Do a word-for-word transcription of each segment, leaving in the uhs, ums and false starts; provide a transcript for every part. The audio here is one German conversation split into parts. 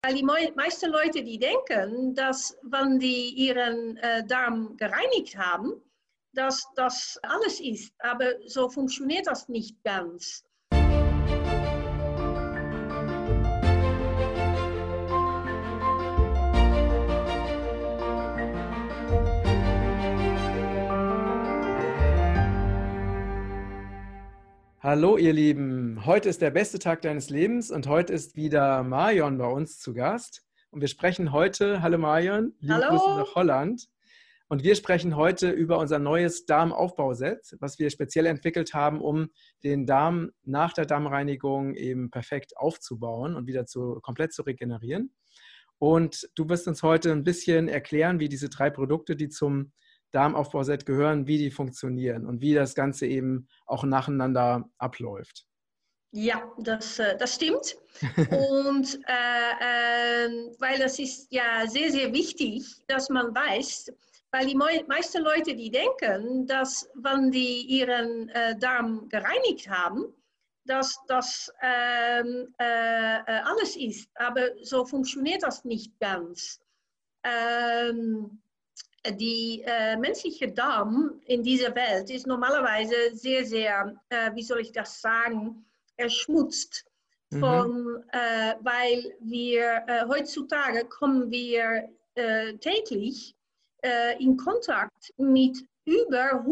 Weil die me meisten Leute, die denken, dass wenn die ihren äh, Darm gereinigt haben, dass das alles ist. Aber so funktioniert das nicht ganz. Hallo ihr Lieben, heute ist der beste Tag deines Lebens und heute ist wieder Marion bei uns zu Gast. Und wir sprechen heute, hallo Marion, liebe Hallo. Grüße nach Holland. Und wir sprechen heute über unser neues Darmaufbauset, was wir speziell entwickelt haben, um den Darm nach der Darmreinigung eben perfekt aufzubauen und wieder zu, komplett zu regenerieren. Und du wirst uns heute ein bisschen erklären, wie diese drei Produkte, die zum Darmaufbauset gehören, wie die funktionieren und wie das Ganze eben auch nacheinander abläuft. Ja, das, das stimmt. Und äh, äh, weil das ist ja sehr, sehr wichtig, dass man weiß, weil die me meisten Leute, die denken, dass wenn die ihren äh, Darm gereinigt haben, dass das äh, äh, alles ist. Aber so funktioniert das nicht ganz. Ähm, Die äh, menschliche Darm in dieser Welt ist normalerweise sehr, sehr, äh, wie soll ich das sagen, erschmutzt. Von, Mhm. äh, weil wir äh, heutzutage kommen wir äh, täglich äh, in Kontakt mit über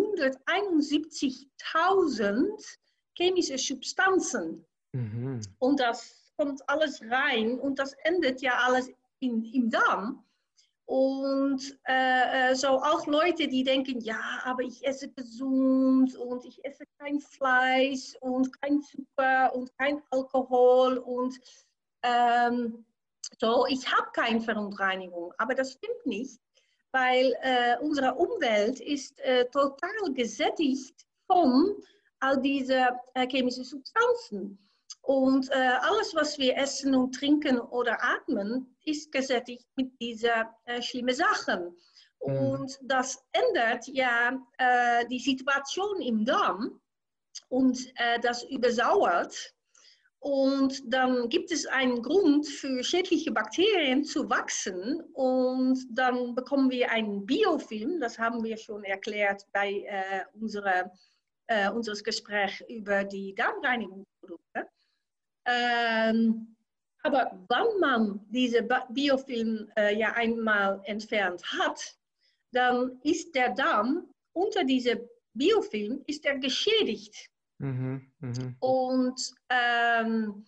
hunderteinundsiebzigtausend chemische Substanzen. Mhm. Und das kommt alles rein und das endet ja alles in, im Darm. Und äh, so auch Leute, die denken, ja, aber ich esse gesund und ich esse kein Fleisch und kein Zucker und kein Alkohol und ähm, so, ich habe keine Verunreinigung. Aber das stimmt nicht, weil äh, unsere Umwelt ist äh, total gesättigt von all diesen äh, chemischen Substanzen. Und äh, alles, was wir essen und trinken oder atmen, ist gesättigt mit diesen äh, schlimmen Sachen. Mhm. Und das ändert ja äh, die Situation im Darm und äh, das übersauert. Und dann gibt es einen Grund für schädliche Bakterien zu wachsen und dann bekommen wir einen Biofilm, das haben wir schon erklärt bei äh, unserer, äh, unseres Gespräch über die Darmreinigungsprodukte. Ähm, aber wenn man diese Biofilm äh, ja einmal entfernt hat, dann ist der Darm unter diesem Biofilm ist er geschädigt. Mhm. Mhm. Und ähm,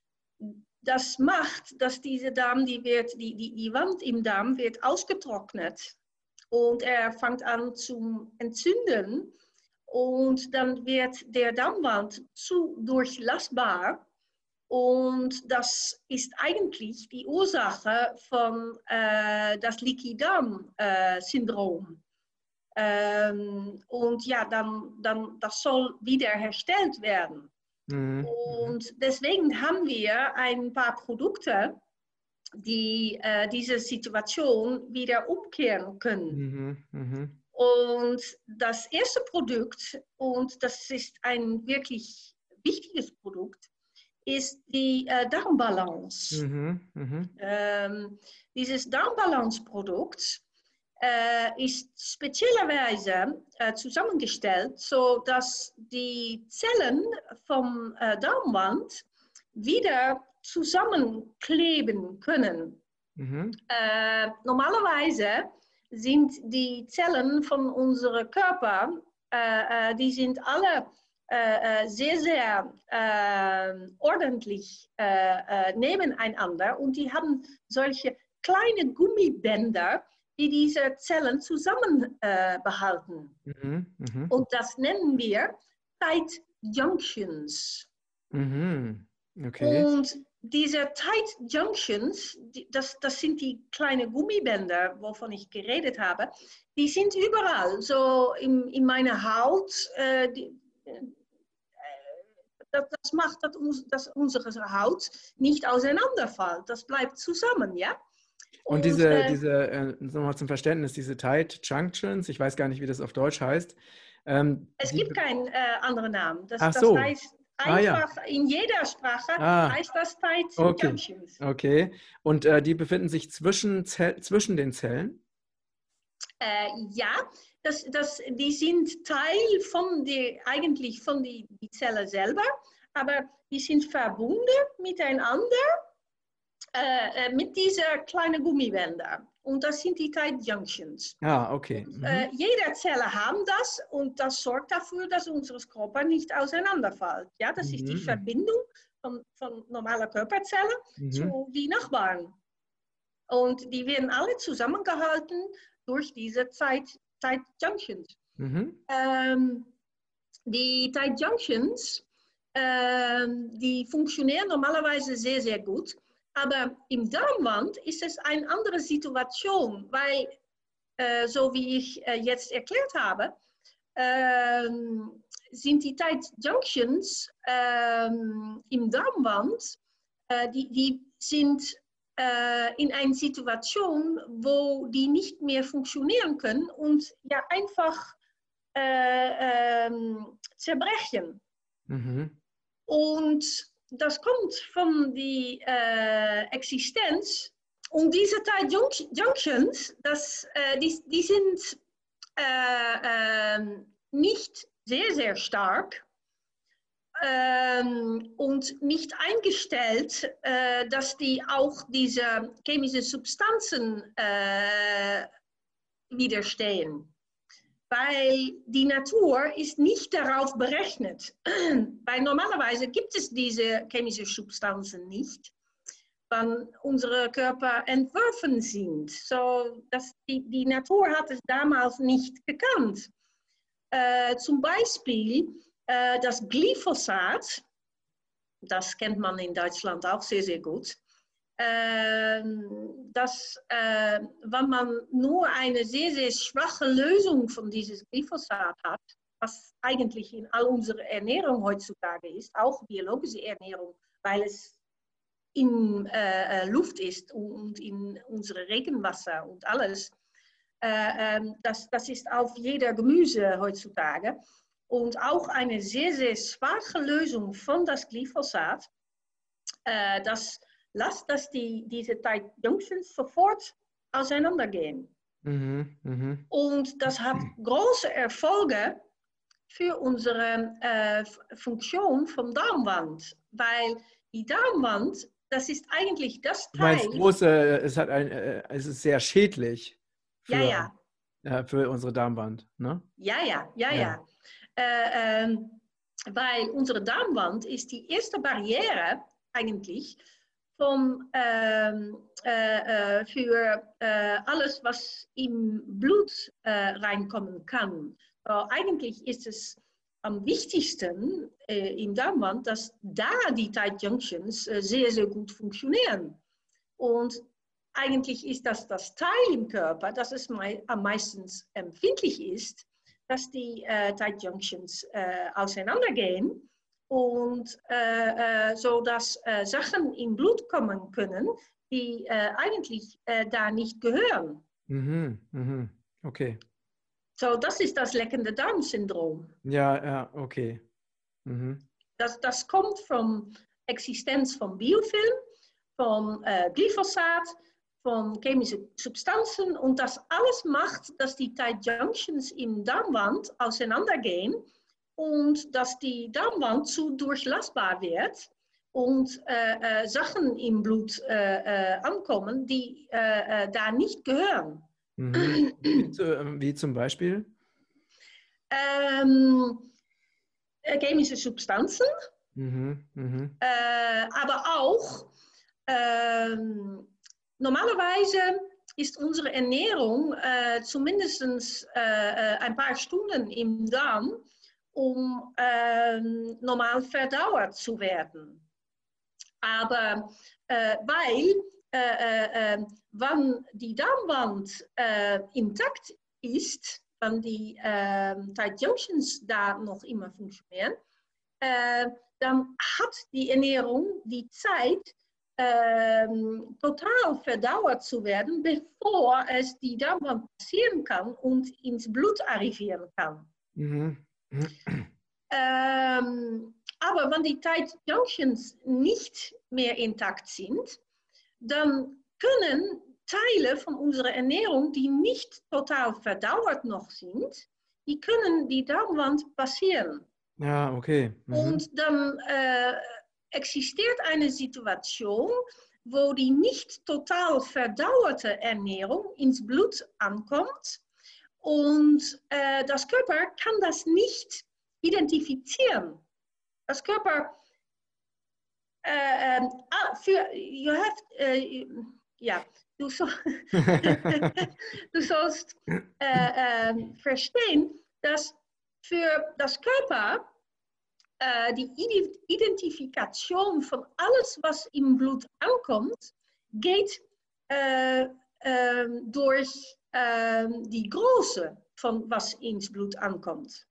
das macht, dass diese Darm, die, wird, die, die, die Wand im Darm wird ausgetrocknet und er fängt an zu entzünden und dann wird der Darmwand zu durchlassbar. Und das ist eigentlich die Ursache von äh, das Leaky-Darm-Syndrom. Äh, ähm, und ja, dann, dann das soll wiederhergestellt werden. Mhm. Und deswegen haben wir ein paar Produkte, die äh, diese Situation wieder umkehren können. Mhm. Mhm. Und das erste Produkt, und das ist ein wirklich wichtiges Produkt, ist die äh, Darmbalance. Mhm. Mhm. Ähm, dieses Darmbalance-Produkt äh, ist speziellerweise äh, zusammengestellt, sodass die Zellen vom äh, Darmwand wieder zusammenkleben können. Mhm. Äh, normalerweise sind die Zellen von unserem Körper, äh, äh, die sind alle äh, sehr, sehr äh, ordentlich äh, äh, nebeneinander und die haben solche kleine Gummibänder, die diese Zellen zusammen äh, behalten. Mhm. Mhm. Und das nennen wir Tight Junctions. Mhm. Okay. Und diese Tight Junctions, die, das, das sind die kleinen Gummibänder, wovon ich geredet habe, die sind überall, so in, in meiner Haut. Äh, die, äh, das, das macht, dass, uns, dass unsere Haut nicht auseinanderfällt. Das bleibt zusammen, ja. Und Und diese, äh, diese äh, nochmal zum Verständnis, diese Tight Junctions, ich weiß gar nicht, wie das auf Deutsch heißt, ähm, es die, gibt keinen äh, anderen Namen. Das, ach das so, heißt, Einfach ah, ja. in jeder Sprache ah, heißt das Tight okay. Junctions. Okay. Und äh, die befinden sich zwischen, Zell, zwischen den Zellen? Äh, ja, das, das, die sind Teil von der, eigentlich von die, die Zelle selber, aber die sind verbunden miteinander äh, mit dieser kleinen Gummibänder. Und das sind die Tight Junctions. Ah, okay. Und, Mhm. äh, jede Zelle haben das und das sorgt dafür, dass unser Körper nicht auseinanderfällt. Ja, das Mhm. ist die Verbindung von, von normaler Körperzelle mhm. zu den Nachbarn. Und die werden alle zusammengehalten durch diese Tight, Tight Junctions. Mhm. Ähm, die Tight Junctions, ähm, die funktionieren normalerweise sehr, sehr gut. Aber im Darmwand ist es eine andere Situation, weil, äh, so wie ich äh, jetzt erklärt habe, ähm, sind die Tight Junctions ähm, im Darmwand, äh, die, die sind äh, in einer Situation, wo die nicht mehr funktionieren können und ja einfach äh, ähm, zerbrechen. Mhm. Und das kommt von der äh, Existenz. Und diese Tight Junctions, das, äh, die, die sind äh, äh, nicht sehr, sehr stark ähm, und nicht eingestellt, äh, dass die auch diese chemischen Substanzen äh, widerstehen. Weil die Natur ist nicht darauf berechnet. Weil normalerweise gibt es diese chemischen Substanzen nicht, wann unsere Körper entworfen sind. So, das, die, die Natur hat es damals nicht gekannt. Äh, zum Beispiel äh, das Glyphosat, das kennt man in Deutschland auch sehr, sehr gut. Dass, äh, wenn man nur eine sehr, sehr schwache Lösung von diesem Glyphosat hat, was eigentlich in all unserer Ernährung heutzutage ist, auch biologische Ernährung, weil es in äh, Luft ist und in unserem Regenwasser und alles, äh, das, das ist auf jeder Gemüse heutzutage. Und auch eine sehr, sehr schwache Lösung von das Glyphosat, äh, das lasst, dass die, diese Tight Junctions sofort auseinandergehen. Mhm. Mhm. Und das hat große Erfolge für unsere äh, Funktion vom Darmwand, weil die Darmwand, das ist eigentlich das Du meinst, Teil. große, es hat ein, äh, es ist sehr schädlich Ja, für, ja. äh, für unsere Darmwand, ne? Ja, ja, ja, Ja. ja. Äh, ähm, weil unsere Darmwand ist die erste Barriere eigentlich vom, ähm, äh, äh, für äh, alles, was im Blut äh, reinkommen kann. Äh, eigentlich ist es am wichtigsten äh, im Darmwand, dass da die Tight Junctions äh, sehr, sehr gut funktionieren. Und eigentlich ist das das Teil im Körper, das es mei am meisten empfindlich ist, dass die äh, Tight Junctions äh, auseinandergehen und äh, äh, so dass äh, Sachen im Blut kommen können, die äh, eigentlich äh, da nicht gehören. Mhm. Mhm. Okay. So, das ist das leckende Darmsyndrom. Ja, ja, okay. Mhm. Das, das kommt von Existenz von Biofilm, von äh, Glyphosat, von chemischen Substanzen und das alles macht, dass die Tight Junctions im Darmwand auseinandergehen und dass die Darmwand zu durchlassbar wird und äh, äh, Sachen im Blut äh, äh, ankommen, die äh, äh, da nicht gehören. Mhm. Wie, zu, ähm, wie zum Beispiel? ähm, äh, chemische Substanzen, Mhm. Mhm. äh, aber auch ähm, normalerweise ist unsere Ernährung äh, zumindest äh, ein paar Stunden im Darm, um äh, normal verdauert zu werden. Aber äh, weil, äh, äh, wenn die Darmwand äh, intakt ist, wenn die äh, Tight Junctions da noch immer funktionieren, äh, dann hat die Ernährung die Zeit, ähm, total verdauert zu werden, bevor es die Darmwand passieren kann und ins Blut arrivieren kann. Mhm. Ähm, aber wenn die Tight Junctions nicht mehr intakt sind, dann können Teile von unserer Ernährung, die nicht total verdauert noch sind, die können die Darmwand passieren. Ja, okay. Mhm. Und dann äh, existiert eine Situation, wo die nicht total verdauerte Ernährung ins Blut ankommt und äh, das Körper kann das nicht identifizieren. Das Körper äh, äh, für you have, äh, ja, du, so, du sollst äh, äh, verstehen, dass für das Körper äh, die Identifikation von alles, was im Blut ankommt, geht äh, äh, durch äh, die Größe von was ins Blut ankommt.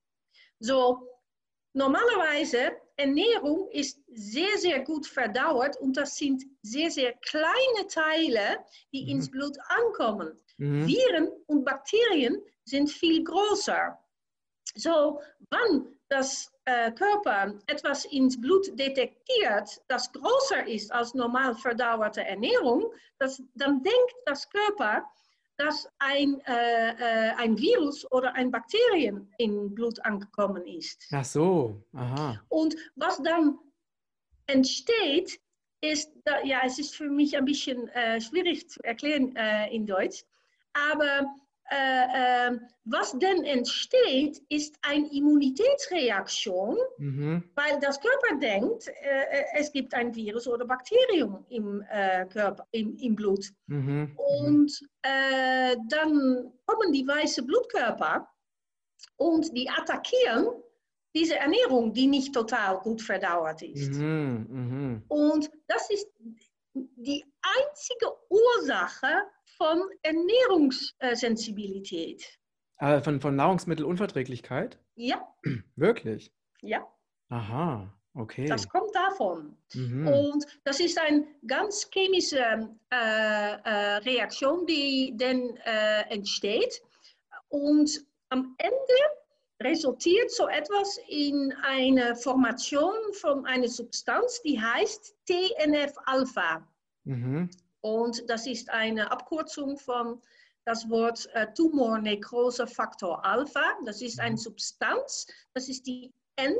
So, normalerweise Ernährung ist sehr, sehr gut verdauert und das sind sehr, sehr kleine Teile, die mhm. ins Blut ankommen. Mhm. Viren und Bakterien sind viel größer. So, wenn das äh, Körper etwas ins Blut detektiert, das größer ist als normal verdauerte Ernährung, das, dann denkt das Körper, dass ein, äh, äh, ein Virus oder ein Bakterien im Blut angekommen ist. Ach so, aha. Und was dann entsteht, ist, da, ja, es ist für mich ein bisschen äh, schwierig zu erklären äh, in Deutsch, aber äh, äh, was dann entsteht, ist eine Immunitätsreaktion, mhm. weil das Körper denkt, äh, es gibt ein Virus oder Bakterium im, äh, Körper, im, im Blut. Mhm. Und äh, dann kommen die weißen Blutkörper und die attackieren diese Ernährung, die nicht total gut verdauert ist. Mhm, mh. Und das ist die einzige Ursache von Ernährungssensibilität. Äh, von, von Nahrungsmittelunverträglichkeit? Ja. Wirklich? Ja. Aha, okay. Das kommt davon. Mhm. Und das ist eine ganz chemische äh, äh, Reaktion, die dann äh, entsteht. Und am Ende resultiert so etwas in eine Formation von einer Substanz, die heißt T N F Alpha. Mhm. Und das ist eine Abkürzung von das Wort äh, Tumornekrosefaktor Alpha. Das ist eine Substanz, das ist die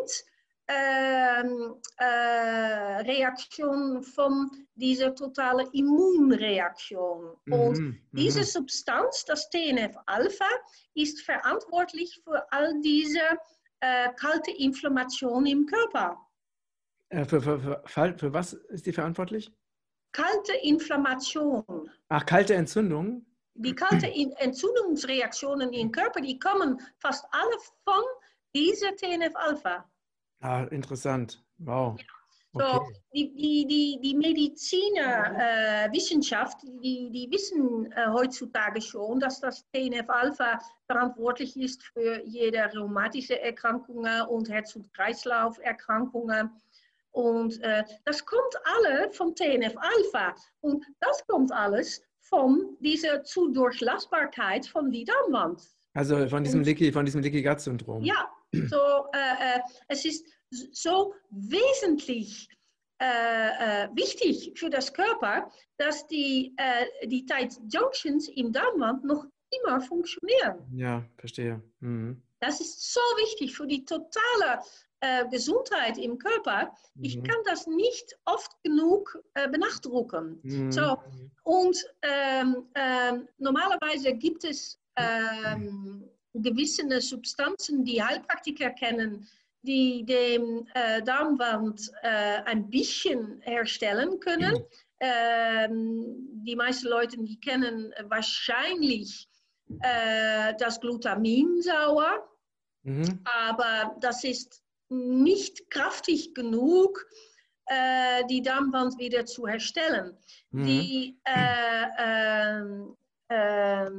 Endreaktion äh, äh, von dieser totalen Immunreaktion. Mhm. Und diese Substanz, das T N F Alpha, ist verantwortlich für all diese äh, kalte Inflammation im Körper. Äh, für, für, für, für was ist die verantwortlich? Kalte Inflammation. Ach, kalte Entzündung? Die kalte Entzündungsreaktionen im Körper, die kommen fast alle von dieser T N F Alpha. Ah, interessant. Wow. Ja. So, okay. die, die, die, die Medizinerwissenschaft, äh, die, die wissen äh, heutzutage schon, dass das T N F Alpha verantwortlich ist für jede rheumatische Erkrankungen und Herz- und Kreislauferkrankungen. Und äh, das kommt alle vom T N F Alpha. Und das kommt alles von dieser zu Durchlassbarkeit von die Darmwand. Also von diesem Leaky, von diesem Leaky Gut Syndrom. Ja, so, äh, äh, es ist so wesentlich äh, äh, wichtig für das Körper, dass die, äh, die Tight Junctions im Darmwand noch immer funktionieren. Ja, verstehe. Mhm. Das ist so wichtig für die totale äh, Gesundheit im Körper. Mhm. Ich kann das nicht oft genug äh, benachdrucken. Mhm. So, und ähm, ähm, normalerweise gibt es ähm, gewisse Substanzen, die Heilpraktiker kennen, die dem äh, Darmwand äh, ein bisschen herstellen können. Mhm. Ähm, die meisten Leute, die kennen wahrscheinlich äh, das Glutaminsauer, mhm. aber das ist nicht kräftig genug, äh, die Darmwand wieder zu herstellen. Mhm. Die äh, äh, äh,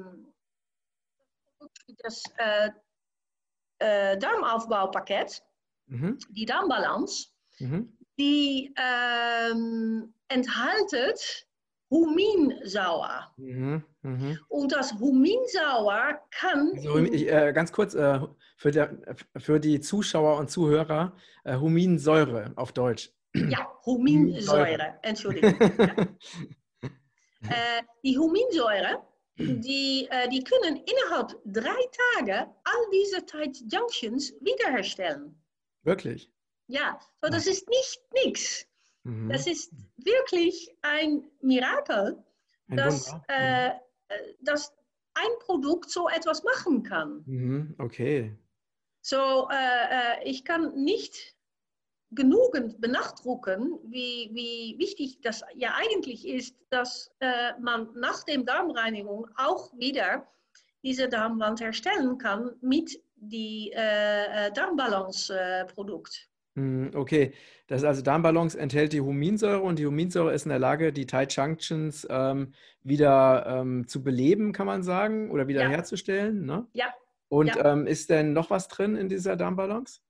das äh, äh, Darmaufbaupaket, mhm. die Darmbalance, mhm. die äh, enthalten Huminsauer. Mhm. Mhm. Und das Huminsauer kann Also, in, ich, äh, ganz kurz äh, für, der, für die Zuschauer und Zuhörer, äh, Huminsäure auf Deutsch. ja, Huminsäure. Huminsäure, Entschuldigung. Ja. Äh, die Huminsäure, die, äh, die können innerhalb drei Tage all diese Tight Junctions wiederherstellen. Wirklich? Ja, so Ah. das ist nicht nichts. Mhm. Das ist wirklich ein Mirakel, Ein dass, Wunder. äh, Mhm. äh, dass ein Produkt so etwas machen kann. Mhm. Okay. So, äh, äh, ich kann nicht genügend benachdrucken, wie, wie wichtig das ja eigentlich ist, dass äh, man nach der Darmreinigung auch wieder diese Darmwand herstellen kann mit die äh, Darmbalance-Produkt. Mhm. Okay. Das ist also Darmbalance enthält die Huminsäure und die Huminsäure ist in der Lage, die Tight Junctions ähm, wieder ähm, zu beleben, kann man sagen, oder Ja, wiederherzustellen. Ne? ja, Und ja. ähm, ist denn noch was drin in dieser Darmbalance?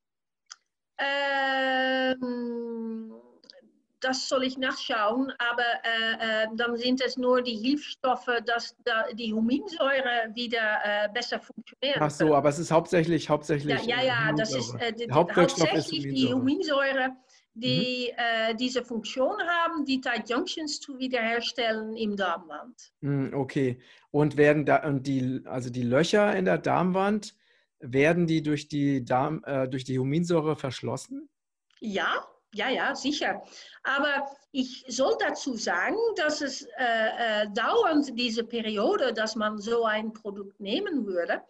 Ähm, das soll ich nachschauen, aber äh, äh, dann sind es nur die Hilfsstoffe, dass da die Huminsäure wieder äh, besser Ach funktionieren so, können. aber es ist hauptsächlich, Ja, hauptsächlich ja, äh, ja, das ist Huminsäure. äh, die, Der die, Hauptwirkstoff ist hauptsächlich die Huminsäure. Huminsäure, Mhm. die äh, diese Funktion haben, die Tight Junctions zu wiederherstellen im Darmwand. Mhm, okay. Und werden da und die, also die Löcher in der Darmwand, werden die durch die Darm, äh, durch die Huminsäure verschlossen? Ja, ja, ja, sicher. Aber ich soll dazu sagen, dass es äh, äh, dauernd diese Periode, dass man so ein Produkt nehmen würde,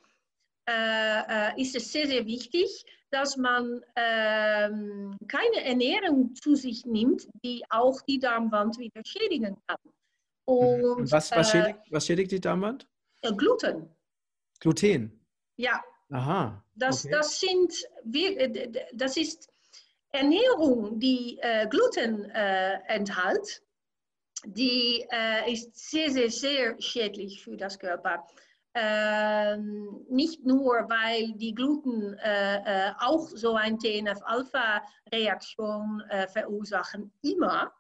äh, äh, ist es sehr, sehr wichtig, dass man ähm, keine Ernährung zu sich nimmt, die auch die Darmwand wieder schädigen kann. Mhm. Und Und was, was äh, schädigt, was schädigt die Darmwand? äh, Gluten, Gluten. ja, Aha, das, okay. das, sind, das ist Ernährung, die äh, Gluten äh, enthält. Die äh, ist sehr, sehr, sehr schädlich für das Körper. Ähm, nicht nur, weil die Gluten äh, äh, auch so eine T N F-Alpha-Reaktion äh, verursachen, immer.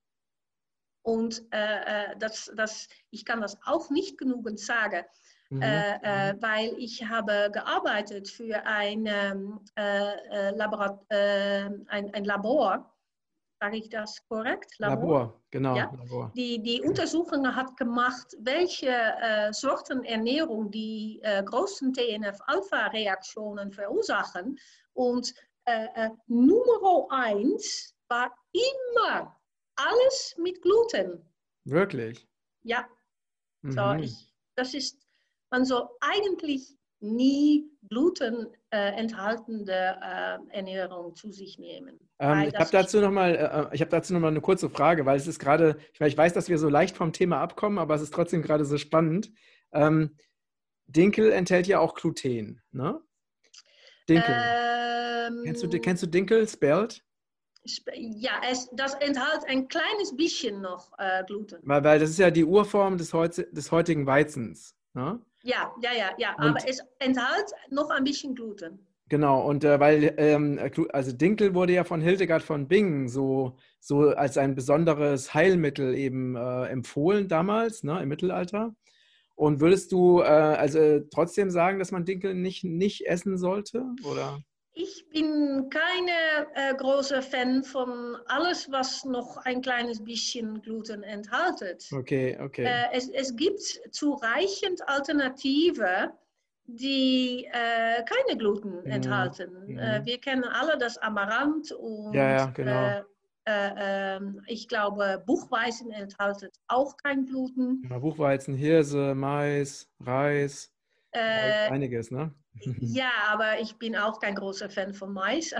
Und äh, das, das, ich kann das auch nicht genug sagen, Mhm. äh, Mhm. äh, weil ich habe gearbeitet für ein, ähm, äh, Laborat äh, ein, ein Labor, sage ich das korrekt? Labor? Labor, genau, Ja? Labor. Die, die Untersuchungen hat gemacht, welche äh, Sorten Ernährung die äh, großen T N F-Alpha-Reaktionen verursachen. Und äh, äh, Nummer eins war immer alles mit Gluten. Wirklich? Ja, so Mhm. ich, das ist, man soll eigentlich nie Gluten äh, enthaltende äh, Ernährung zu sich nehmen, Ähm, weil ich habe das ist dazu noch mal, äh, ich habe dazu noch mal eine kurze Frage, weil es ist gerade, ich weiß, ich weiß, dass wir so leicht vom Thema abkommen, aber es ist trotzdem gerade so spannend. Ähm, Dinkel enthält ja auch Gluten, ne? Dinkel. Kennst du, ähm, kennst du Dinkel, spelled? ja, es, das enthält ein kleines bisschen noch äh, Gluten. Weil, weil das ist ja die Urform des, heut, des heutigen Weizens. Ne? Ja, ja, ja, ja, aber Und es enthält noch ein bisschen Gluten. genau, und äh, weil, ähm, also Dinkel wurde ja von Hildegard von Bingen so, so als ein besonderes Heilmittel eben äh, empfohlen damals, ne, im Mittelalter. Und würdest du äh, also äh, trotzdem sagen, dass man Dinkel nicht, nicht essen sollte? Oder? Ich bin keine äh, große Fan von alles, was noch ein kleines bisschen Gluten enthält. Okay, okay. Äh, es, es gibt zureichend Alternative, die äh, keine Gluten Mhm. enthalten. Äh, Mhm. wir kennen alle das Amaranth Ja, und ja, genau. äh, äh, äh, ich glaube, Buchweizen enthält auch kein Gluten. Ja, Buchweizen, Hirse, Mais, Reis, da gibt Äh, einiges, ne? ja, aber ich bin auch kein großer Fan von Mais.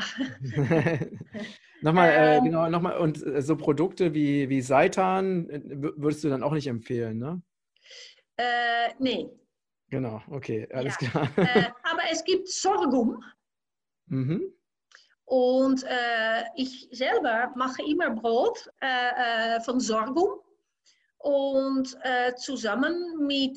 Nochmal, äh, ähm, genau, nochmal, und äh, so Produkte wie, wie Seitan äh, wür- würdest du dann auch nicht empfehlen, ne? äh, nee, Genau, okay, ja. alles klar. Äh, aber es gibt Sorghum. Mhm. Und äh, ich selber mache immer Brot äh, äh, von Sorghum und äh, zusammen mit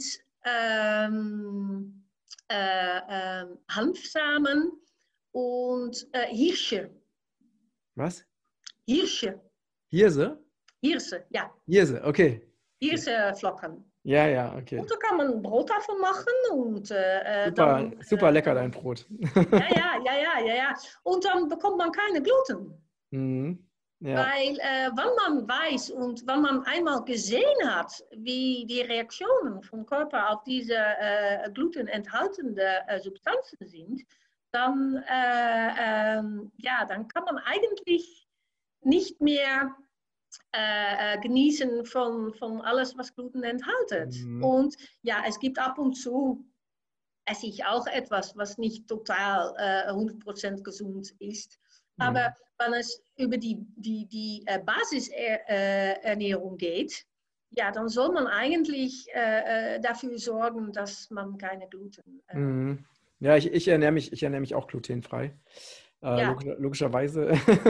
ähm, äh, äh, Hanfsamen und äh, Hirsche. Was? Hirsche. Hirse? Hirse, ja. Hirse, okay. Hirsenflocken. Ja, ja, okay. Und da kann man Brot davon machen und äh, Super, dann... super Äh, lecker, dann, dein Brot. ja, ja, ja, ja, ja, ja. Und dann bekommt man keine Gluten. Mhm. Ja. Weil, äh, wenn man weiß und wenn man einmal gesehen hat, wie die Reaktionen vom Körper auf diese äh, glutenenthaltende äh, Substanzen sind, dann, äh, ähm, ja, dann kann man eigentlich nicht mehr äh, genießen von, von alles, was Gluten enthält. Mhm. Und ja, es gibt ab und zu, esse ich auch etwas, was nicht total äh, hundert Prozent gesund ist. Aber Mhm. wenn es über die, die, die äh, Basisernährung geht, ja, dann soll man eigentlich äh, dafür sorgen, dass man keine Gluten. Äh, Mhm. Ja, ich, ich ernähre mich, ich ernähre mich auch glutenfrei. Äh, ja, logisch, logischerweise.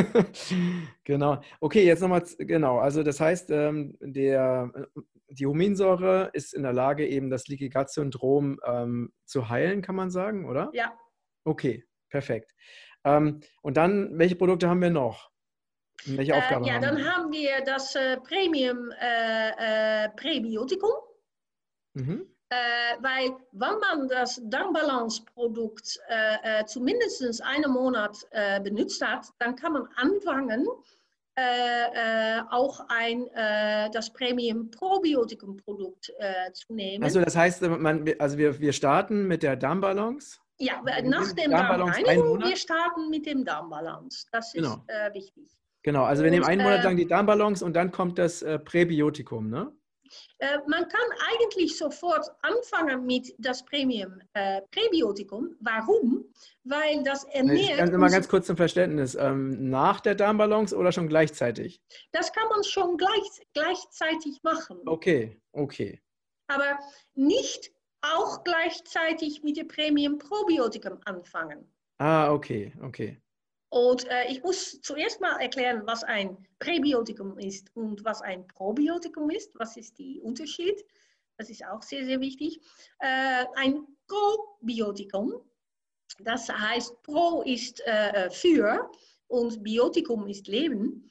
Genau. Okay, jetzt nochmal, genau. Also das heißt, ähm, der, die Huminsäure ist in der Lage, eben das Leaky Gut Syndrom ähm, zu heilen, kann man sagen, oder? ja. Okay, perfekt. Ähm, und dann, welche Produkte haben wir noch? Und welche Äh, Aufgaben ja, haben dann die? haben wir das äh, Premium äh, äh, Präbiotikum. Mhm. Äh, weil, wenn man das Darmbalance-Produkt äh, äh, zumindest einen Monat äh, benutzt hat, dann kann man anfangen, äh, äh, auch ein, äh, das Premium-Probiotikum-Produkt äh, zu nehmen. Also das heißt, man, also wir, wir starten mit der Darmbalance. Ja, Wir nach nehmen die dem Darmbalance einen Darmreinigung, wir Monat. starten mit dem Darmbalance. Das ist Genau. äh, wichtig. Genau, also wir nehmen Und einen Monat äh, lang die Darmbalance und dann kommt das äh, Präbiotikum, ne? Äh, man kann eigentlich sofort anfangen mit das Premium äh, Präbiotikum. Warum? Weil das Ich ernährt kann mal uns, ganz kurz zum Verständnis. Ähm, nach der Darmbalance oder schon gleichzeitig? das kann man schon gleich, gleichzeitig machen, Okay, okay. aber nicht auch gleichzeitig mit dem Premium Probiotikum anfangen. Ah, okay, okay. Und äh, ich muss zuerst mal erklären, was ein Präbiotikum ist und was ein Probiotikum ist. Was ist der Unterschied? Das ist auch sehr, sehr wichtig. Äh, ein Probiotikum, das heißt, Pro ist äh, für und Biotikum ist Leben.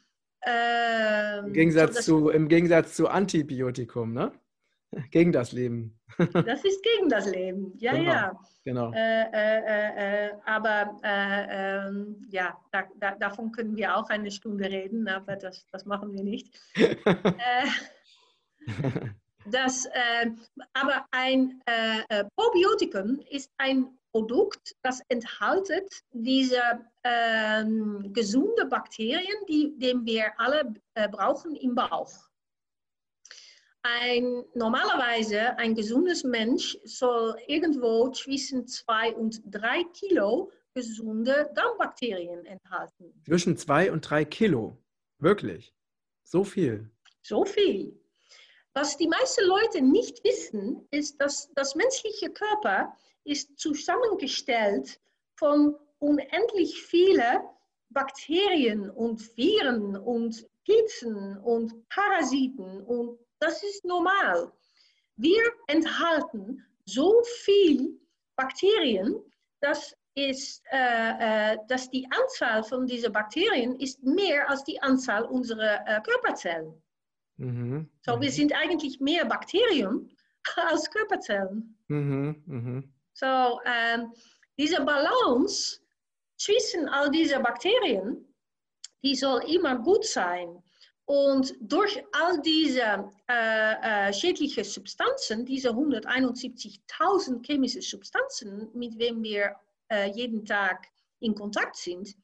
Im Ähm, so Gegensatz das, zu, im Gegensatz zu Antibiotikum, ne? Gegen das Leben. das ist gegen das Leben, ja, Genau, ja. genau. Äh, äh, äh, aber äh, ähm, ja, da, da, davon können wir auch eine Stunde reden, aber das, das machen wir nicht. Äh, das, äh, aber ein äh, Probiotikum ist ein Produkt, das enthält diese äh, gesunde Bakterien, die, die wir alle äh, brauchen im Bauch. Ein, normalerweise ein gesundes Mensch soll irgendwo zwischen zwei und drei Kilo gesunde Darmbakterien enthalten. Zwischen zwei und drei Kilo. Wirklich. So viel. So viel. Was die meisten Leute nicht wissen, ist, dass das menschliche Körper ist zusammengestellt von unendlich vielen Bakterien und Viren und Pilzen und Parasiten und das ist normal. Wir enthalten so viel Bakterien, dass, ist, äh, äh, dass die Anzahl von diesen Bakterien ist mehr als die Anzahl unserer äh, Körperzellen. Mhm, So, wir mhm, sind eigentlich mehr Bakterien als Körperzellen. mhm, mhm. So, ähm, diese Balance zwischen all diesen Bakterien, die soll immer gut sein. Und durch all diese äh, äh, schädlichen Substanzen, diese hunderteinundsiebzigtausend chemische Substanzen, mit denen wir äh, jeden Tag in Kontakt sind,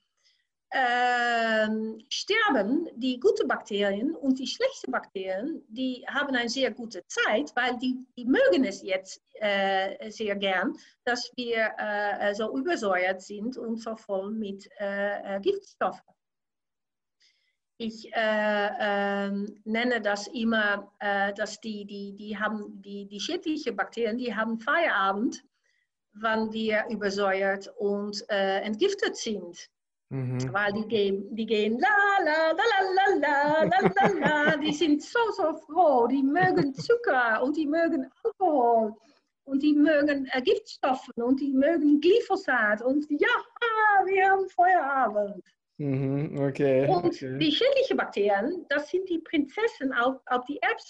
ähm, sterben die guten Bakterien und die schlechten Bakterien, die haben eine sehr gute Zeit, weil die, die mögen es jetzt äh, sehr gern, dass wir äh, so übersäuert sind und so voll mit äh, äh, Giftstoffen. Ich äh, ähm, nenne das immer, äh, dass die, die, die, haben, die, die schädlichen Bakterien, die haben Feierabend, wann wir übersäuert und äh, entgiftet sind. Mhm. Weil die gehen, die gehen la la la la la la la la, die sind so, so froh, die mögen Zucker und die mögen Alkohol und die mögen äh, Giftstoffe und die mögen Glyphosat und ja, wir haben Feierabend. Mhm. Okay, Und okay. die schädlichen Bakterien, das sind die Prinzessin auf, auf die Erbsen.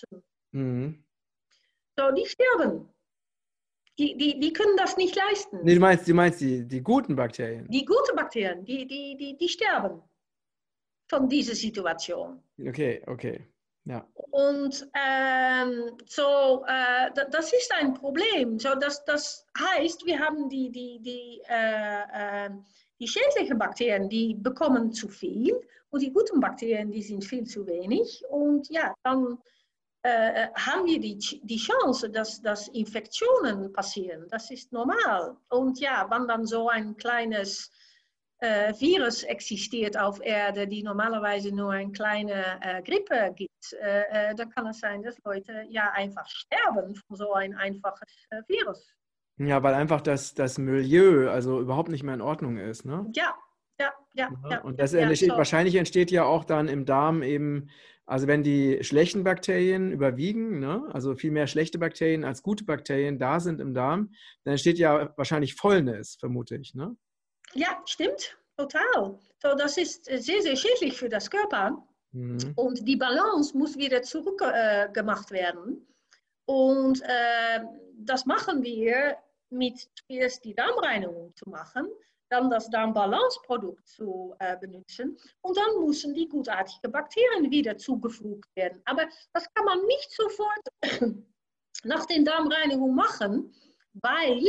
Mhm. So, die sterben. Die, die, die können das nicht leisten. Nee, du meinst, du meinst die, die guten Bakterien. Die guten Bakterien, die, die, die, die sterben von dieser Situation. Okay, okay. Ja. Und ähm, so, äh, das ist ein Problem. So, das, das heißt, wir haben die, die, die, äh, äh, die schädlichen Bakterien, die bekommen zu viel und die guten Bakterien, die sind viel zu wenig. Und ja, dann äh, haben wir die, die Chance, dass, dass Infektionen passieren. Das ist normal. Und ja, wenn dann so ein kleines äh, Virus existiert auf Erde, die normalerweise nur eine kleine äh, Grippe gibt, äh, äh, dann kann es sein, dass Leute ja einfach sterben von so ein einfaches äh, Virus. Ja, weil einfach das, das Milieu also überhaupt nicht mehr in Ordnung ist, ne? Ja, ja, ja, Ja, ja, und ja, das ja, entsteht, so. wahrscheinlich entsteht ja auch dann im Darm eben, also wenn die schlechten Bakterien überwiegen, ne, also viel mehr schlechte Bakterien als gute Bakterien da sind im Darm, dann entsteht ja wahrscheinlich Fäulnis, vermute ich, ne? Ja, stimmt, total. So, das ist sehr, sehr schädlich für das Körper. Mhm. Und die Balance muss wieder zurückgemacht äh, werden. Und äh, das machen wir mit zuerst die Darmreinigung zu machen, dann das Darmbalanceprodukt zu äh, benutzen und dann müssen die gutartigen Bakterien wieder zugefügt werden. Aber das kann man nicht sofort nach der Darmreinigung machen, weil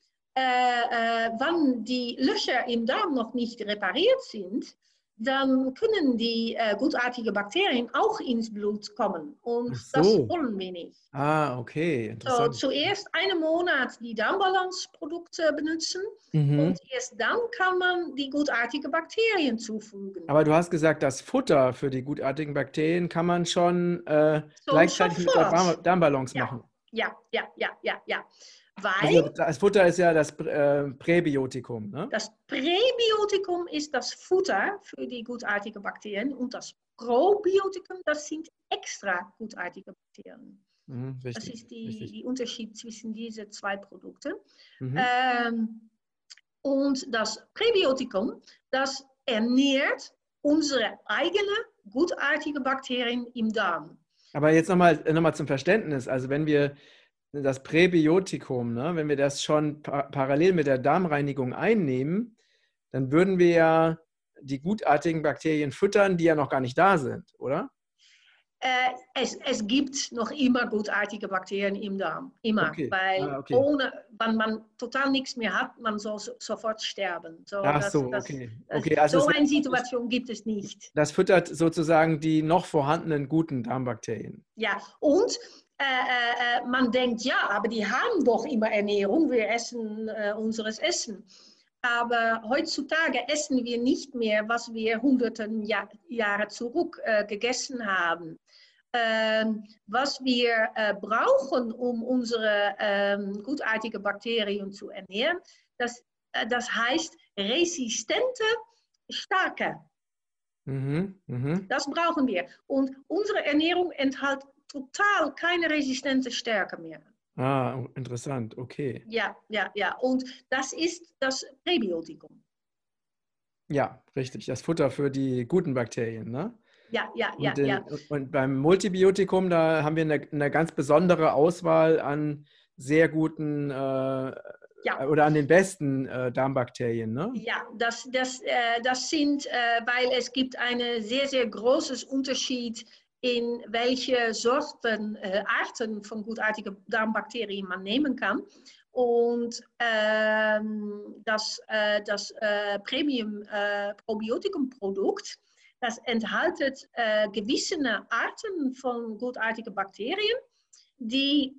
äh, äh, wenn die Löcher im Darm noch nicht repariert sind, dann können die äh, gutartigen Bakterien auch ins Blut kommen und Ach das so. wollen wir nicht. Ah, okay, So, interessant. zuerst einen Monat die Darmbalanceprodukte benutzen Mhm. und erst dann kann man die gutartigen Bakterien zufügen. Aber du hast gesagt, das Futter für die gutartigen Bakterien kann man schon äh, So, gleichzeitig mit der sofort. Darm Darmbalance Ja, machen. ja, ja, ja, ja, ja. Weil Also das Futter ist ja das äh, Präbiotikum, ne? das Präbiotikum ist das Futter für die gutartigen Bakterien und das Probiotikum, das sind extra gutartige Bakterien. Mhm, Das richtig, ist die, richtig. die Unterschied zwischen diesen zwei Produkten. Mhm. Ähm, und das Präbiotikum, das ernährt unsere eigenen gutartigen Bakterien im Darm. Aber jetzt nochmal noch mal zum Verständnis. Also wenn wir das Präbiotikum, ne, wenn wir das schon pa parallel mit der Darmreinigung einnehmen, dann würden wir ja die gutartigen Bakterien füttern, die ja noch gar nicht da sind, oder? Äh, es, es gibt noch immer gutartige Bakterien im Darm, immer, Okay. weil Ah, okay. ohne, wenn man total nichts mehr hat, man soll so, sofort sterben. So, Ach das, so, das, okay. das, Okay, also es so wird eine praktisch, Situation gibt es nicht. das füttert sozusagen die noch vorhandenen guten Darmbakterien. Ja, und äh, äh, man denkt, ja, aber die haben doch immer Ernährung, wir essen äh, unseres Essen. Aber heutzutage essen wir nicht mehr, was wir hunderten Jahr, Jahre zurück äh, gegessen haben. Ähm, was wir äh, brauchen, um unsere ähm, gutartigen Bakterien zu ernähren, das, äh, das heißt resistente Stärke. Mhm, mhm. Das brauchen wir. Und unsere Ernährung enthält total keine resistente Stärke mehr. Ah, interessant, okay. Ja, ja, ja. Und das ist das Präbiotikum. Ja, richtig. Das Futter für die guten Bakterien, ne? Ja, ja, Und, ja, ja. den, und beim Multibiotikum, da haben wir eine, eine ganz besondere Auswahl an sehr guten äh, Ja, oder an den besten äh, Darmbakterien, ne? ja, das, das, äh, das sind, äh, weil es gibt einen sehr, sehr großen Unterschied in welche Sorten, äh, Arten von gutartigen Darmbakterien man nehmen kann. Und ähm, das, äh, das äh, Premium äh, Probiotikum-Produkt, das enthält äh, gewisse Arten von gutartigen Bakterien, die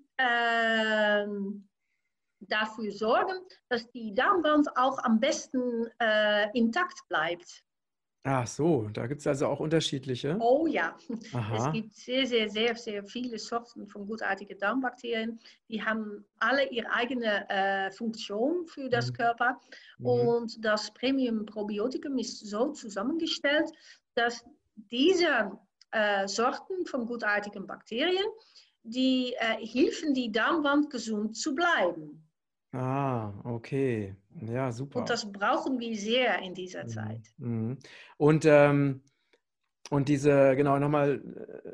ähm, dafür sorgen, dass die Darmwand auch am besten äh, intakt bleibt. Ach so, da gibt es also auch unterschiedliche. Oh ja, es Aha. gibt sehr, sehr, sehr, sehr viele Sorten von gutartigen Darmbakterien. Die haben alle ihre eigene äh, Funktion für das Mhm. Körper. Mhm. Und das Premium Probiotikum ist so zusammengestellt, dass diese äh, Sorten von gutartigen Bakterien, die äh, helfen, die Darmwand gesund zu bleiben. Ah, okay. Ja, Und super. das brauchen wir sehr in dieser Mhm. Zeit. Mhm. Und, ähm, und diese, genau, nochmal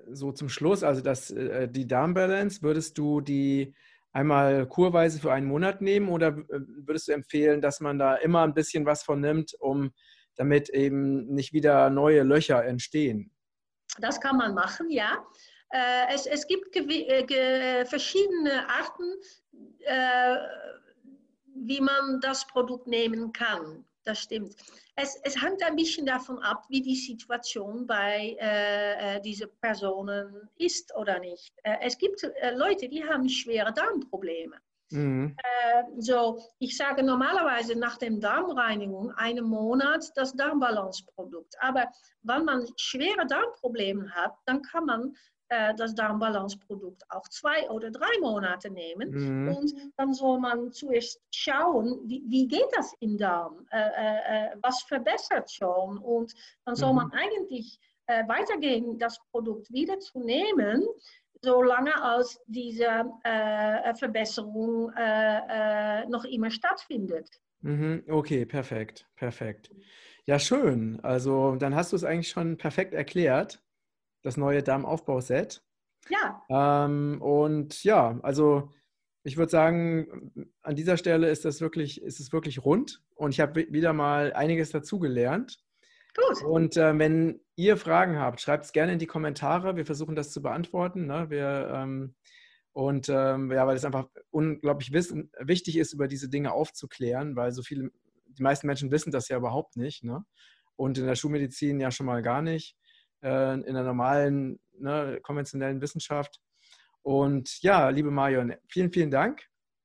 so zum Schluss, also das, äh, die Darmbalance, würdest du die einmal kurweise für einen Monat nehmen oder äh, würdest du empfehlen, dass man da immer ein bisschen was von nimmt, um damit eben nicht wieder neue Löcher entstehen? Das kann man machen, ja. Äh, es, es gibt äh, verschiedene Arten, äh, wie man das Produkt nehmen kann. Das stimmt. Es, es hängt ein bisschen davon ab, wie die Situation bei äh, diesen Personen ist oder nicht. Äh, es gibt äh, Leute, die haben schwere Darmprobleme. Mhm. Äh, so, ich sage normalerweise nach der Darmreinigung einen Monat das Darmbalanceprodukt. Aber wenn man schwere Darmprobleme hat, dann kann man äh, das Darmbalanceprodukt auch zwei oder drei Monate nehmen. Mhm. Und dann soll man zuerst schauen, wie, wie geht das im Darm? Äh, äh, was verbessert schon? Und dann soll man Mhm. eigentlich äh, weitergehen, das Produkt wieder zu nehmen, solange als diese äh, Verbesserung äh, äh, noch immer stattfindet. Mhm. Okay, perfekt, perfekt. Ja, schön. Also dann hast du es eigentlich schon perfekt erklärt, das neue Darmaufbauset. Ja. Ähm, und ja, also ich würde sagen, an dieser Stelle ist das wirklich, ist es wirklich rund und ich habe wieder mal einiges dazugelernt. Gut. Und äh, wenn ihr Fragen habt, schreibt es gerne in die Kommentare. Wir versuchen das zu beantworten. Ne? Wir, ähm, und ähm, ja, weil es einfach unglaublich wissen, wichtig ist, über diese Dinge aufzuklären, weil so viele, die meisten Menschen wissen das ja überhaupt nicht. Ne? Und in der Schulmedizin ja schon mal gar nicht. Äh, in der normalen, ne, konventionellen Wissenschaft. Und ja, liebe Marion, vielen, vielen Dank.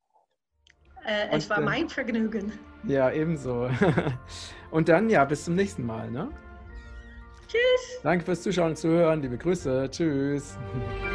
Äh, es Und, war äh, mein Vergnügen. Ja, ebenso. Und dann, ja, bis zum nächsten Mal. Ne? Tschüss. Danke fürs Zuschauen und Zuhören. Liebe Grüße. Tschüss.